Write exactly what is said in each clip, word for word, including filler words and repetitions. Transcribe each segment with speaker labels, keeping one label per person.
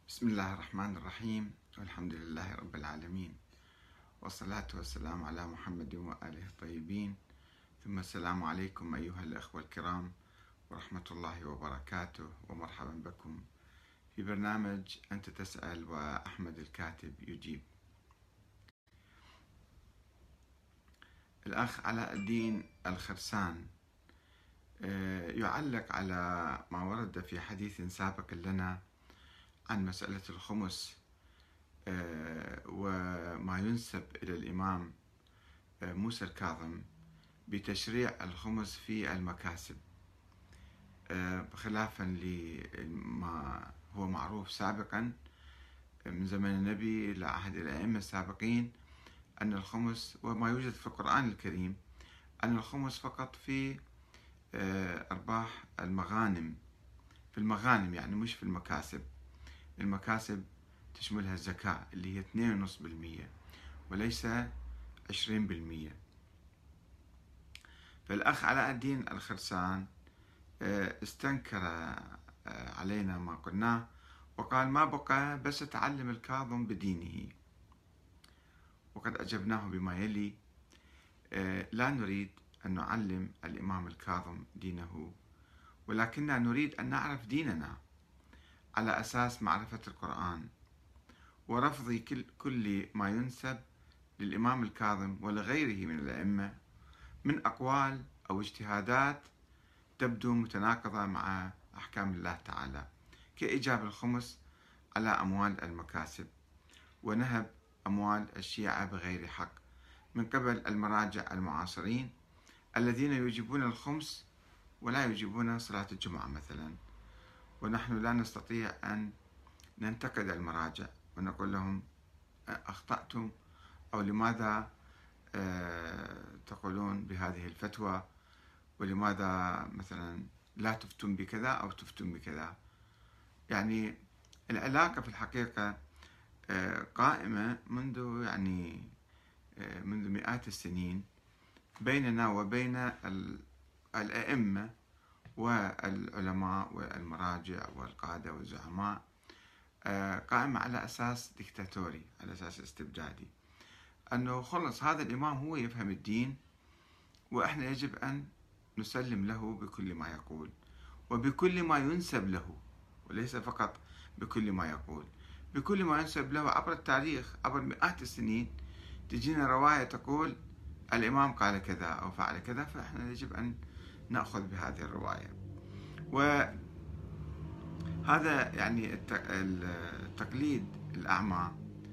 Speaker 1: بسم الله الرحمن الرحيم، والحمد لله رب العالمين، والصلاة والسلام على محمد وآله الطيبين، ثم السلام عليكم أيها الأخوة الكرام ورحمة الله وبركاته، ومرحبا بكم في برنامج أنت تسأل وأحمد الكاتب يجيب. الأخ علاء الدين الخرسان يعلق على ما ورد في حديث سابق لنا عن مسألة الخمس وما ينسب إلى الإمام موسى الكاظم بتشريع الخمس في المكاسب، خلافا لما هو معروف سابقا من زمن النبي إلى عهد الأئمة السابقين أن الخمس، وما يوجد في القرآن الكريم، أن الخمس فقط في أرباح المغانم، في المغانم يعني مش في المكاسب. المكاسب تشملها الزكاة اللي هي اثنين فاصلة خمسة بالمئة وليس عشرين بالمئة. فالأخ علاء الدين الخرسان استنكر علينا ما قلناه وقال ما بقى بس تعلم الكاظم بدينه، وقد أجبناه بما يلي: لا نريد أن نعلم الإمام الكاظم دينه، ولكننا نريد أن نعرف ديننا على أساس معرفة القرآن ورفض كل ما ينسب للإمام الكاظم ولغيره من الأئمة من أقوال أو اجتهادات تبدو متناقضة مع أحكام الله تعالى، كإيجاب الخمس على أموال المكاسب ونهب أموال الشيعة بغير حق من قبل المراجع المعاصرين الذين يجيبون الخمس ولا يجيبون صلاة الجمعة مثلا. ونحن لا نستطيع أن ننتقد المراجع ونقول لهم أخطأتم أو لماذا تقولون بهذه الفتوى، ولماذا مثلا لا تفتون بكذا أو تفتون بكذا. يعني العلاقة في الحقيقة قائمة منذ يعني منذ مئات السنين بيننا وبين الأئمة والعلماء والمراجع والقادة والزعماء، قائمة على أساس ديكتاتوري، على أساس استبدادي، أنه خلص هذا الإمام هو يفهم الدين وإحنا يجب أن نسلم له بكل ما يقول وبكل ما ينسب له، وليس فقط بكل ما يقول، بكل ما ينسب له عبر التاريخ، عبر مئات السنين. تجينا رواية تقول الإمام قال كذا أو فعل كذا، فإحنا يجب أن نأخذ بهذه الرواية. وهذا يعني التقليد الأعمى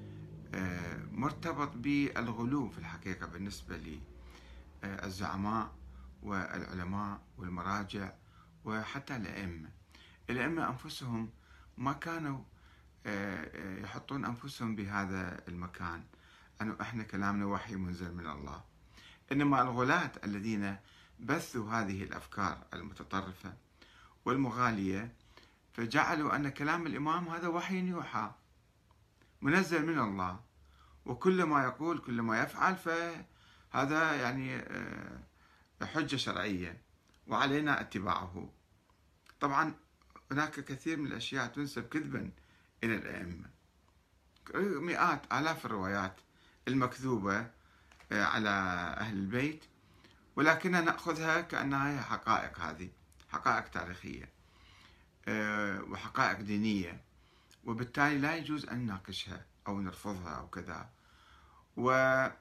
Speaker 1: مرتبط بالغلو في الحقيقة بالنسبة للزعماء والعلماء والمراجع وحتى الأئمة. الأئمة أنفسهم ما كانوا يحطون أنفسهم بهذا المكان، أنه إحنا كلامنا وحي منزل من الله، إنما الغلاة الذين بثوا هذه الأفكار المتطرفة والمغالية فجعلوا أن كلام الإمام هذا وحي يوحى منزل من الله، وكل ما يقول كل ما يفعل فهذا يعني حجة شرعية وعلينا اتباعه. طبعا هناك كثير من الأشياء تنسب كذبا إلى الأئمة، مئات آلاف الروايات المكذوبة على أهل البيت، ولكننا نأخذها كأنها هي حقائق، هذه حقائق تاريخية وحقائق دينية، وبالتالي لا يجوز أن نناقشها أو نرفضها أو كذا. وإحنا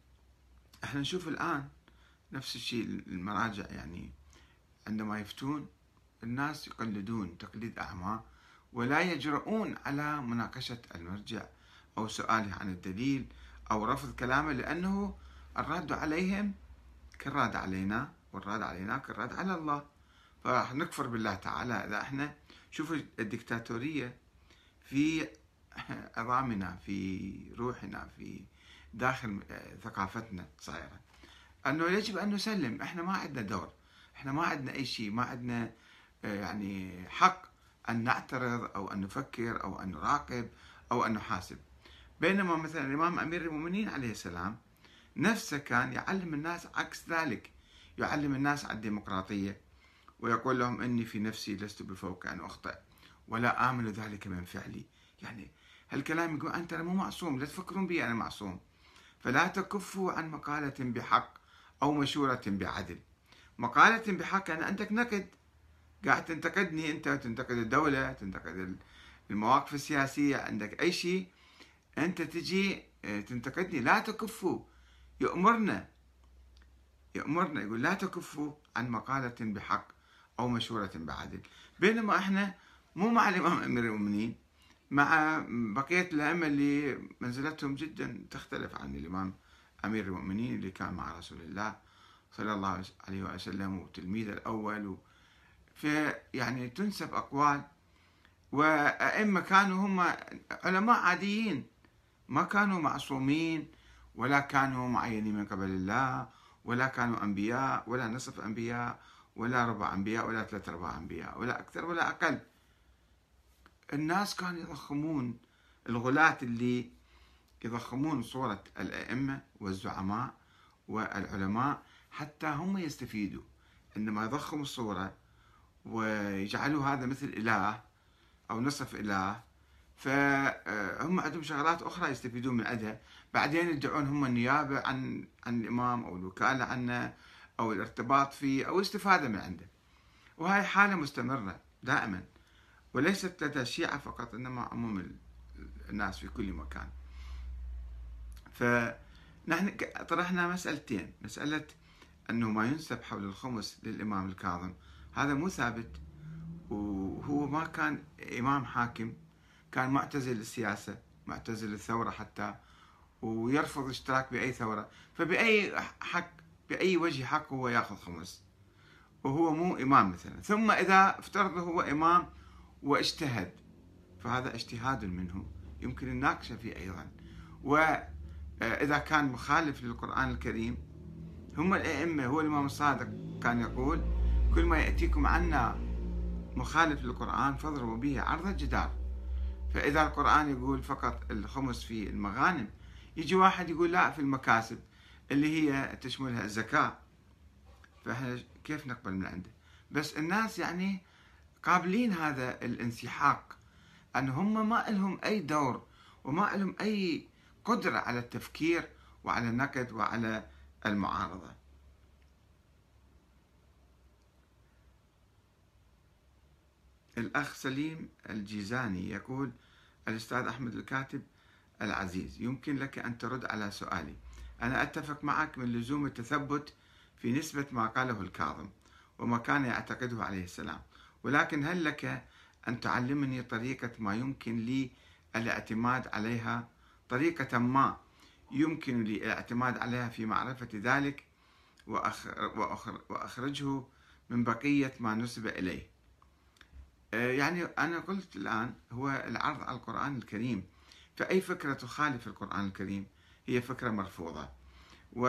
Speaker 1: نشوف الآن نفس الشيء المراجع، يعني عندما يفتون الناس يقلدون تقليد أعمى ولا يجرؤون على مناقشة المرجع أو سؤاله عن الدليل أو رفض كلامه، لأنه الرد عليهم كالراد علينا والراد علينا كالراد على الله، فراح نكفر بالله تعالى إذا احنا شوفوا الدكتاتورية في عظامنا، في روحنا، في داخل ثقافتنا صايرة، أنه يجب أن نسلم، احنا ما عندنا دور، احنا ما عندنا أي شيء، ما عندنا يعني حق أن نعترض أو أن نفكر أو أن نراقب أو أن نحاسب. بينما مثلا الإمام أمير المؤمنين عليه السلام نفسه كان يعلم الناس عكس ذلك، يعلم الناس على الديمقراطية ويقول لهم إني في نفسي لست بفوق أن أخطئ ولا آمن ذلك من فعلي. يعني هالكلام يقول أنت مو معصوم، لا تفكرون بي أنا معصوم، فلا تكفوا عن مقالة بحق أو مشورة بعدل. مقالة بحق يعني عندك نقد، قاعد تنتقدني أنت، تنتقد الدولة، تنتقد المواقف السياسية، عندك أي شيء أنت تجي تنتقدني، لا تكفوا. يأمرنا يأمرنا يقول لا تكفوا عن مقالة بحق أو مشورة بعدل. بينما احنا مو مع الإمام أمير المؤمنين، مع بقية الأئمة اللي منزلتهم جدا تختلف عن الإمام أمير المؤمنين اللي كان مع رسول الله صلى الله عليه وسلم وتلميذ الأول و... في يعني تنسب أقوال، وأئمة كانوا هم علماء عاديين، ما كانوا معصومين ولا كانوا معينين من قبل الله، ولا كانوا أنبياء ولا نصف أنبياء ولا ربع أنبياء ولا ثلاث أرباع أنبياء ولا أكثر ولا أقل. الناس كانوا يضخمون، الغلاة اللي يضخمون صورة الأئمة والزعماء والعلماء حتى هم يستفيدوا، عندما يضخموا الصورة ويجعلوا هذا مثل إله أو نصف إله، فهم عندهم شغلات أخرى يستفيدون من عندها، بعدين يدعون هم النيابة عن عن الإمام أو الوكالة عنه أو الارتباط فيه أو الاستفادة من عنده. وهي حالة مستمرة دائما، وليست لدى الشيعة فقط، إنما عموم الناس في كل مكان. فنحن طرحنا مسألتين، مسألة أنه ما ينسب حول الخمس للإمام الكاظم هذا مو ثابت، وهو ما كان إمام حاكم، كان معتزل السياسة، معتزل الثورة حتى، ويرفض الاشتراك بأي ثورة، فبأي حق، بأي وجه حق هو يأخذ خمس وهو مو إمام مثلا؟ ثم إذا افترض هو إمام واجتهد فهذا اجتهاد منه يمكن الناقشة فيه أيضا. وإذا كان مخالف للقرآن الكريم، هم الأئمة، هو الإمام الصادق كان يقول كل ما يأتيكم عنا مخالف للقرآن فاضربوا به عرض الجدار. فإذا القرآن يقول فقط الخمس في المغانم، يجي واحد يقول لا في المكاسب اللي هي تشملها الزكاة، فإحنا كيف نقبل من عنده؟ بس الناس يعني قابلين هذا الانسحاق، أن هم ما لهم أي دور وما لهم أي قدرة على التفكير وعلى النقد وعلى المعارضة. الأخ سليم الجيزاني يقول: الأستاذ أحمد الكاتب العزيز، يمكن لك أن ترد على سؤالي. أنا أتفق معك من لزوم التثبت في نسبة ما قاله الكاظم وما كان يعتقده عليه السلام، ولكن هل لك أن تعلمني طريقة ما يمكن لي الاعتماد عليها، طريقة ما يمكن لي الاعتماد عليها في معرفة ذلك وأخرجه من بقية ما نسب إليه؟ يعني أنا قلت الآن هو العرض على القرآن الكريم، فأي فكرة تخالف القرآن الكريم هي فكرة مرفوضة. و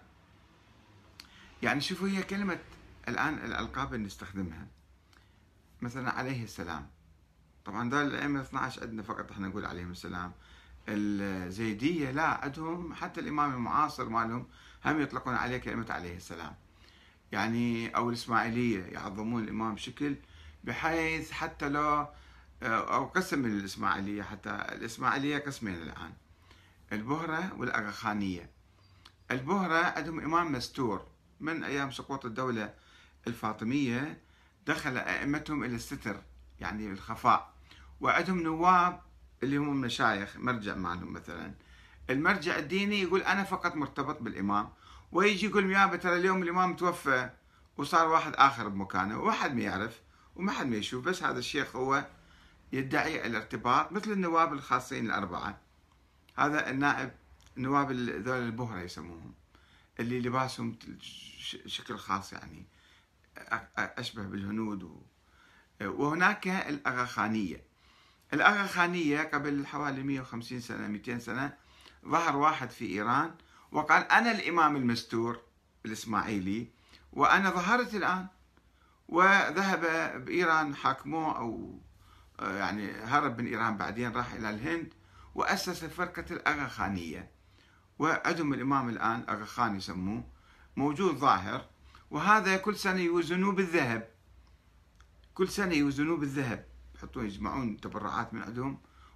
Speaker 1: يعني شوفوا، هي كلمة الآن الألقاب اللي نستخدمها مثلا عليه السلام، طبعا ذول الأئمة اثنا عشر عندنا فقط احنا نقول عليهم السلام. الزيدية لا، عندهم حتى الإمام المعاصر مالهم هم يطلقون عليه كلمة عليه السلام، يعني أو الإسماعيلية يعظمون الإمام بشكل بحيث حتى لو أو قسم من الإسماعيلية، حتى الإسماعيلية قسمين الآن، البهرة والأغاخانية. البهرة عندهم إمام مستور من أيام سقوط الدولة الفاطمية، دخل أئمتهم إلى الستر يعني الخفاء، وعندهم نواب اللي هم المشايخ، مرجع معهم مثلا، المرجع الديني يقول أنا فقط مرتبط بالإمام، ويجي يقول يابا ترى اليوم الإمام توفى وصار واحد آخر بمكانه، وواحد ما يعرف وما حد ما يشوف، بس هذا الشيخ هو يدعي الارتباط، مثل النواب الخاصين الأربعة. هذا النائب، نواب ذول البهرة يسموهم، اللي لباسهم شكل خاص يعني أشبه بالهنود. وهناك الأغاخانية. الأغاخانية قبل حوالي مئة وخمسين سنة مئتين سنة ظهر واحد في إيران وقال أنا الإمام المستور الإسماعيلي وأنا ظهرت الآن، وذهب بإيران حاكموه، أو يعني هرب من إيران، بعدين راح إلى الهند وأسس فرقة الأغاخانية، وعندهم الإمام الآن أغاخان يسموه موجود ظاهر، وهذا كل سنة يوزنوه بالذهب، كل سنة يوزنوه بالذهب، يحطون يجمعون تبرعات من عندهم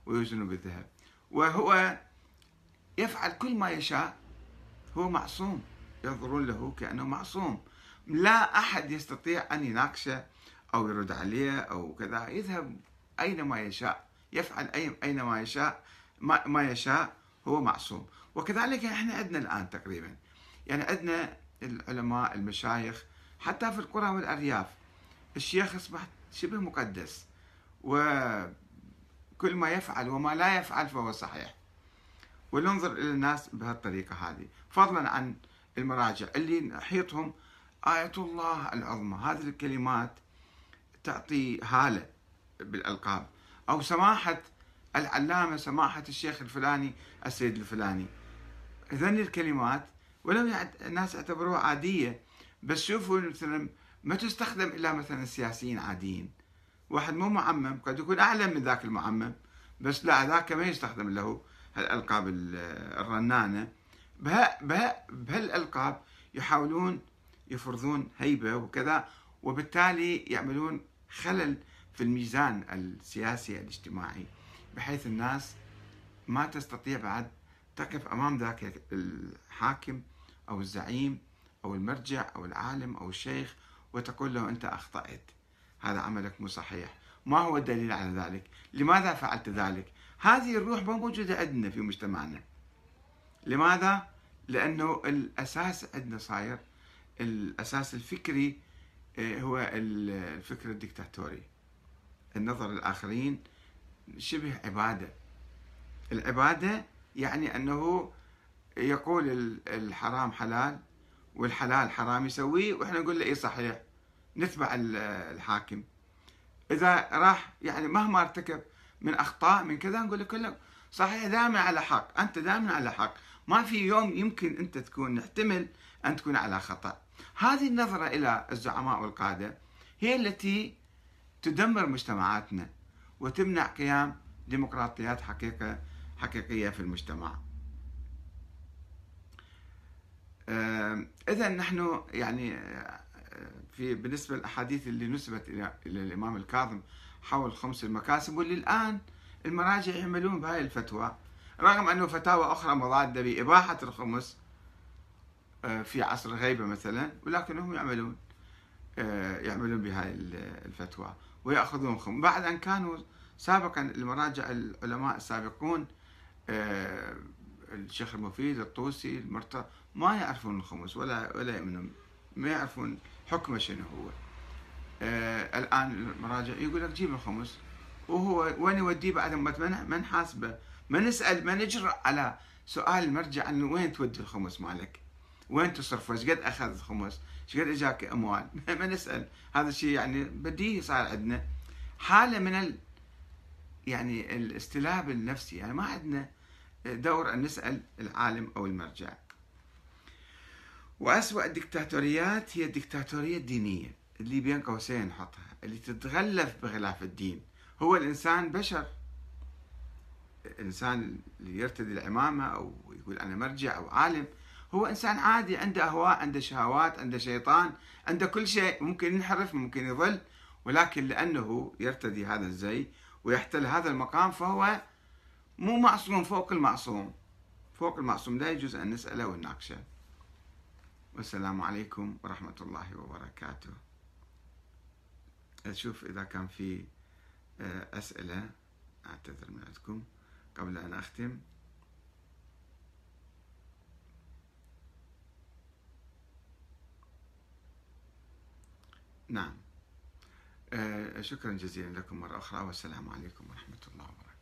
Speaker 1: ويوزن بالذهب، وهو يفعل كل ما يشاء، هو معصوم، ينظرون له كأنه معصوم، لا أحد يستطيع أن يناقشه أو يرد عليه أو كذا، يذهب أينما يشاء، يفعل أي أينما يشاء ما, ما يشاء، هو معصوم. وكذلك احنا عندنا الآن تقريبا، يعني عندنا العلماء المشايخ حتى في القرى والأرياف، الشيخ أصبح شبه مقدس، وكل ما يفعل وما لا يفعل فهو صحيح. وننظر إلى الناس بهالطريقة هذه، فضلا عن المراجع اللي نحيطهم آية الله العظمى. هذه الكلمات تعطي هالة بالألقاب، أو سماحة العلامة، سماحة الشيخ الفلاني، السيد الفلاني. هذني الكلمات ولو الناس اعتبروها عادية، بس شوفوا مثلا ما تستخدم إلا مثلا السياسيين عاديين. واحد مو معمم قد يكون أعلم من ذاك المعمم، بس لا، ذاك ما يستخدم له هالألقاب الرنانة. بها بها بهالألقاب يحاولون يفرضون هيبة وكذا، وبالتالي يعملون خلل في الميزان السياسي الاجتماعي، بحيث الناس ما تستطيع بعد تقف أمام ذاك الحاكم أو الزعيم أو المرجع أو العالم أو الشيخ وتقول له أنت أخطأت، هذا عملك مو صحيح، ما هو الدليل على ذلك؟ لماذا فعلت ذلك؟ هذه الروح ما موجودة عندنا في مجتمعنا. لماذا؟ لأنه الأساس عندنا صاير، الأساس الفكري هو الفكر الدكتاتوري، النظر للآخرين شبه عبادة. العبادة يعني أنه يقول الحرام حلال والحلال حرام يسويه، وإحنا نقول له إيه صحيح، نتبع الحاكم. إذا راح يعني مهما ارتكب من أخطاء من كذا نقول له كله صحيح، دائما على حق، أنت دائما على حق، ما في يوم يمكن أنت تكون نحتمل أن تكون على خطأ. هذه النظرة إلى الزعماء والقادة هي التي تدمر مجتمعاتنا وتمنع قيام ديمقراطيات حقيقة حقيقية في المجتمع. إذا نحن يعني في بالنسبة للأحاديث اللي نسبت إلى إلى الإمام الكاظم حول خمس المكاسب، واللي الآن المراجع يعملون بهاي الفتوى، رغم أنه فتاوى أخرى مضادة بإباحة الخمس في عصر الغيبة مثلا، ولكنهم يعملون يعملون بهاي الفتوى ويأخذون خمس، بعد أن كانوا سابقا المراجع العلماء السابقون الشيخ المفيد، الطوسي، المرتضى، ما يعرفون الخمس ولا ولا يؤمنون، ما يعرفون حكمه شنو هو. آه الآن المراجع يقول لك جيب الخمس، وهو وين يوديه بعد ما نحاسبه، ما نسأل، ما نجرأ على سؤال المرجع انه وين تودي الخمس مالك، وين تصرفه، ايش قد اخذ الخمس، ايش قد اجاك اموال ما نسأل. هذا الشيء يعني بديهي صار عندنا حالة من ال يعني الاستلاب النفسي، يعني ما عندنا دور أن نسأل العالم أو المرجع. وأسوأ الدكتاتوريات هي الدكتاتورية الدينية، اللي بين قوسين نحطها، اللي تتغلف بغلاف الدين. هو الإنسان بشر، الإنسان اللي يرتدي العمامة أو يقول أنا مرجع أو عالم هو إنسان عادي، عنده أهواء، عنده شهوات، عنده شيطان، عنده كل شيء، ممكن ينحرف، ممكن يضل، ولكن لأنه يرتدي هذا الزي ويحتل هذا المقام فهو مو معصوم، فوق المعصوم، فوق المعصوم، لا يجوز أن نسأله ونناقشه. والسلام عليكم ورحمة الله وبركاته. أشوف إذا كان في أسئلة، أعتذر من عندكم قبل أن أختم. نعم، شكرا جزيلا لكم مرة أخرى، والسلام عليكم ورحمة الله وبركاته.